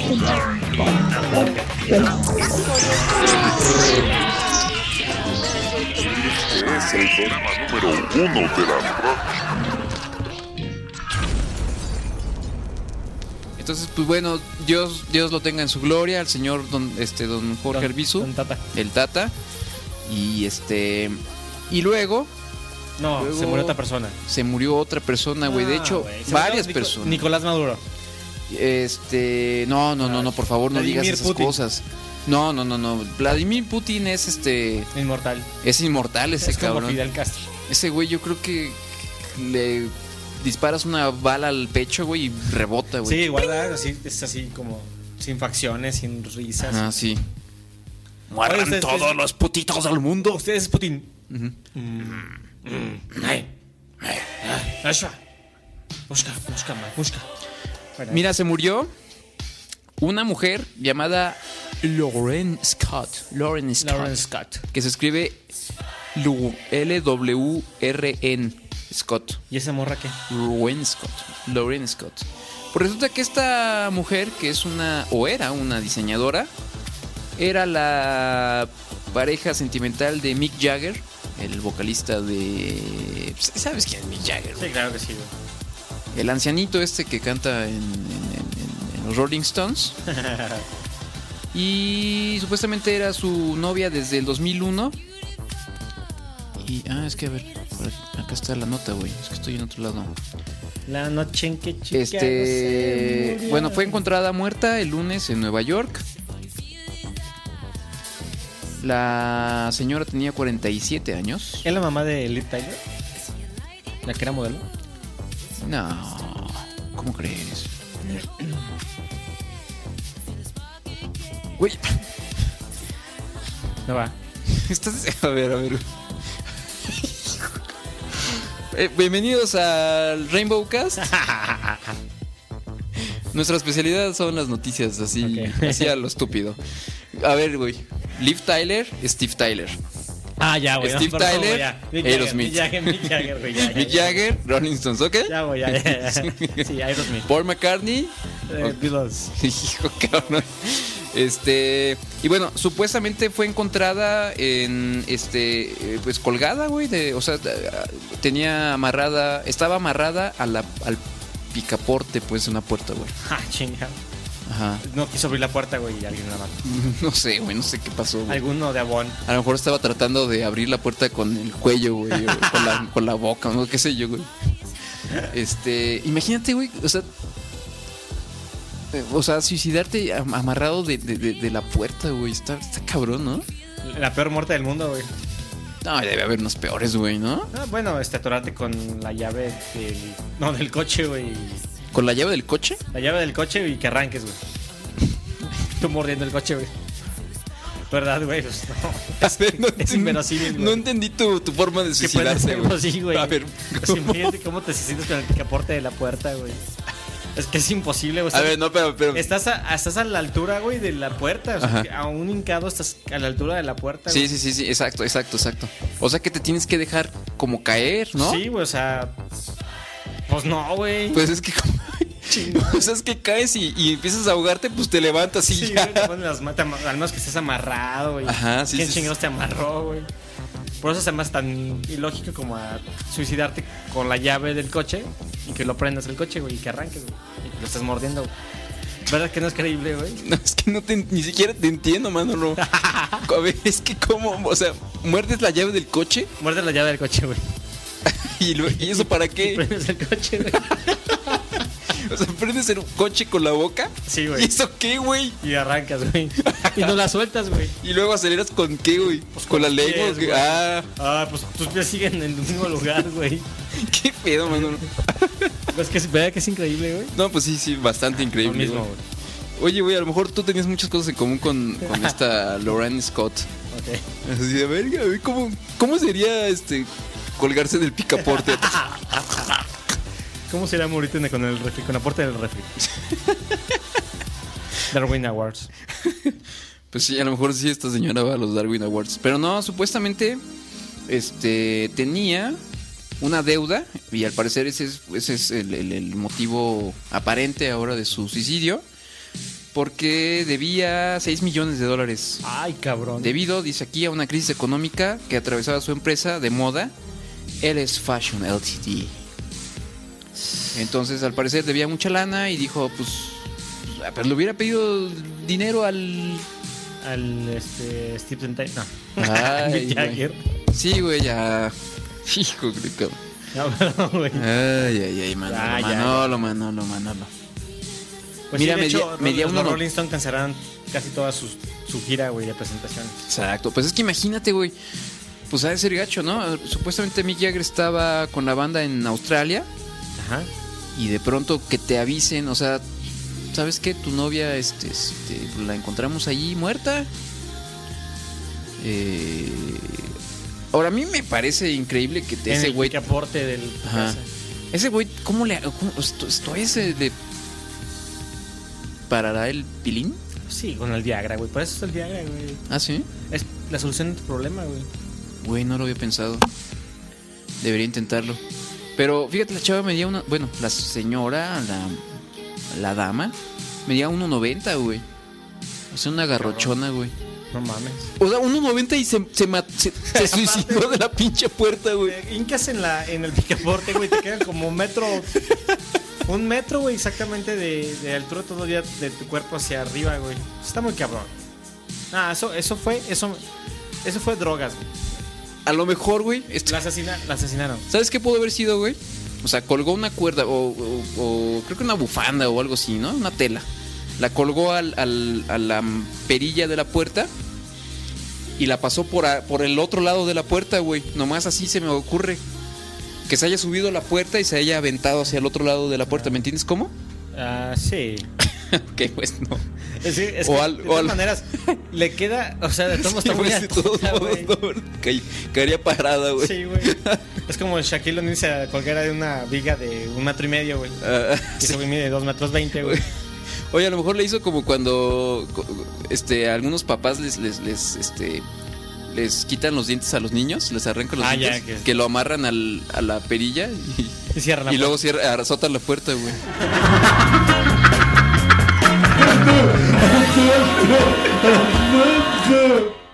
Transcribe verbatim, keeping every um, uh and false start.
Es el programa número uno de la radio. Entonces, pues bueno, Dios, Dios lo tenga en su gloria, al señor don, este, don Jorge Don- Arbizu, don Tata. el Tata. Y este. Y luego No, Luego- se murió otra persona. se murió otra persona, güey. De Ah, hecho, güey. Se varias murió Nico- personas. Nicolás Maduro. Este. No, no, no, no, por favor, no digas Vladimir esas Putin. cosas. No, no, no, no. Vladimir Putin es este. Inmortal. Es inmortal ese Es como cabrón. Fidel Castro. Ese güey, yo creo que le disparas una bala al pecho, güey, y rebota, güey. Sí, igual ¿verdad? Así, es así como sin facciones, sin risas. Ah, sí. Oye, Mueran ustedes- todos ustedes- los putitos del mundo. Ustedes es Putin. Ujú. Ay. Ay. Asha. Busca, busca, man, busca. Bueno, Mira, se murió una mujer llamada Lauren Scott. Lauren Scott. Lauren Scott. Que se escribe Lu- L W R N Scott. ¿Y esa morra qué? Lauren Scott. Lauren Scott. Pues resulta que esta mujer, que es una, o era una diseñadora, era la pareja sentimental de Mick Jagger, el vocalista de... ¿Sabes quién es Mick Jagger, Sí, güey? claro que sí, güey. El ancianito este que canta en, en- en- en los Rolling Stones. Y supuestamente era su novia desde el dos mil uno. Y, ah, es que a ver, por aquí- acá está la nota, güey. Es que estoy en otro lado. La noche en que Chicago Este, se murió. bueno, fue encontrada muerta el lunes en Nueva York. La señora tenía cuarenta y siete años. ¿Es la mamá de Liv Tyler? ¿La que era modelo? No, ¿cómo crees? Güey, No va. estás... A ver, a ver. Eh, bienvenidos al Rainbow Cast. Nuestra especialidad son las noticias, así, Ok. así a lo estúpido. A ver, güey. Liv Tyler, Steve Tyler. Ah, ya, güey. Steve no, por favor, Tyler, ya. Mick Aerosmith. Jagger, Mick Jagger, güey. Ya, ya, Mick ya. Jagger, Rolling Stones, ¿ok? Ya, güey, ya, ya, ya. Sí, Aerosmith. Paul McCartney. Eh, Beatles. Hijo, cabrón. Este. Y bueno, supuestamente fue encontrada en. Este. eh, Pues colgada, güey. De, o sea, tenía amarrada. Estaba amarrada a la, al picaporte, pues, de una puerta, güey. Ah, chingada. Ajá. No quiso abrir la puerta, güey, y alguien la mató. No sé, güey. No sé qué pasó, güey. Alguno de Avon. A lo mejor estaba tratando de abrir la puerta con el cuello, güey. O con la, con la boca, no qué sé yo, güey. Este. Imagínate, güey. O sea. eh, O sea, suicidarte am- amarrado de, de, de, de la puerta, güey. Está, está cabrón, ¿no? La peor muerte del mundo, güey. No, debe haber unos peores, güey, ¿no? Ah, bueno, este, atorarte con la llave del... No, del coche, güey. ¿Con la llave del coche? La llave del coche y que arranques, güey. Tú mordiendo el coche, güey. ¿Verdad, güey? Pues, no. A ver, no, es inverosímil, güey. No entendí tu, tu forma de ¿Qué puede suicidarse, ser güey. así, güey? A ver, Pues ¿cómo? imagínate cómo te sientes con el picaporte de la puerta, güey. Es que es imposible, güey. A ver, no, pero... pero... Estás a, estás a la altura, güey, de la puerta. O sea, Ajá. que a un hincado estás a la altura de la puerta, Sí, güey. sí, sí, sí, exacto, exacto, exacto. O sea que te tienes que dejar como caer, ¿no? Sí, güey, o sea... Pues no, güey. Pues es que como... O sea, es que caes y, y empiezas a ahogarte, pues te levantas y Sí, ya. güey, te ponen las matas, al menos que estés amarrado, güey. Ajá, sí, ¿Quién sí, chingados te amarró, güey? Por eso es además tan ilógico como a suicidarte con la llave del coche y que lo prendas el coche, güey, y que arranques, güey. Y que lo estés mordiendo, güey. ¿Verdad que no es creíble, güey? No, es que no te, ni siquiera te entiendo, mano, no. A ver, es que cómo, o sea, muerdes la llave del coche Muerde la llave del coche, güey. y, lo- ¿y eso para Y qué? prendes el coche, güey. O sea, prendes el coche con la boca. Sí, ¿Y güey. eso qué, güey? Y arrancas, güey. Y no la sueltas, güey. Y luego aceleras con qué, güey? Pues con, con la los lengua. pies, ¿Qué? güey. Ah, Ah, pues tus pies siguen en el mismo lugar, güey. qué pedo, mano. Es que, ¿verdad que es increíble, güey? No, pues sí, sí, bastante Lo increíble. mismo, güey. güey. Oye, güey, a lo mejor tú tenías muchas cosas en común con, con esta Lauren Scott. Ok. Así de verga, güey, ¿cómo, ¿cómo sería este colgarse del picaporte? ¿Cómo sería morirte con el refri, con la puerta del refri? Darwin Awards. Pues sí, a lo mejor sí esta señora va a los Darwin Awards. Pero no, supuestamente este tenía una deuda y al parecer ese es, ese es el, el- el motivo aparente ahora de su suicidio. porque debía seis millones de dólares. Ay, cabrón. Debido, dice aquí, a una crisis económica que atravesaba su empresa de moda, L S Fashion L T D. Entonces, al parecer, debía mucha lana y dijo, pues, pues le hubiera pedido dinero al... Al este, Steve Tyler. No. Ay, Mick Jagger. Sí, güey, ya... Hijo, de cabrón. No, perdón, güey. Ay, ay, ay, Manolo, Ah, ya, Manolo, Manolo, Manolo. Pues Mira, sí, de media- hecho, media los, uno- los Rolling Stone cancelaron casi toda su, su gira, güey, de presentaciones. Exacto, pues es que imagínate, güey. Pues ha de ser gacho, ¿no? Supuestamente Mick Jagger estaba con la banda en Australia Ajá. y de pronto que te avisen, o sea, ¿sabes qué? Tu novia, este, este, la encontramos allí muerta. Eh... Ahora, a mí me parece increíble que te, En ese el güey... picaporte del... Ajá. Ese güey, ¿cómo le... Cómo, esto, esto es eh, de... ¿Parará el pilín? Sí, con el Viagra, güey. Por eso es el Viagra, güey. Ah, ¿sí? Es la solución de tu problema, güey. Güey, no lo había pensado. Debería intentarlo. Pero fíjate, la chava medía una... Bueno, la señora, la, la dama, medía uno noventa, güey. O sea, una garrochona, güey. No mames. O sea, uno noventa y se, se, mat- se, se suicidó de la pinche puerta, güey. Eh, Incas en, la, en el picaporte, güey, te quedan como un metro... Un metro, güey, exactamente de, de altura todavía de tu cuerpo hacia arriba, güey. Está muy cabrón. Ah, eso, eso fue... Eso, eso fue drogas, güey. A lo mejor, güey. esto- La, asesina, la asesinaron. ¿Sabes qué pudo haber sido, güey? O sea, colgó una cuerda o, o- o creo que una bufanda o algo así, ¿no? Una tela. La colgó al, al- a la perilla de la puerta y la pasó por, a- por el otro lado de la puerta, güey. Nomás así se me ocurre. Que se haya subido a la puerta y se haya aventado hacia el otro lado de la puerta. ¿Me entiendes cómo? Ah, sí. Que pues no. Es, decir, es O que, al- de o todas al- maneras, le queda... O sea, de todos modos Sí, está muy pues, de alto, todos modos, güey. no, ca- caería parada, güey. Sí, güey. Es como Shaquille O'Neal se colgara de una viga de un metro y medio, güey. Ah, Y sí. ese güey mide dos metros veinte, güey. Oye, a lo mejor le hizo como cuando co- este, a algunos papás les, les, les, este, les quitan los dientes a los niños, les arrancan los Ah, ya, dientes, que- que... lo amarran al, a la perilla y, Y cierra la y luego cierra, azotan la puerta, güey. Thank you.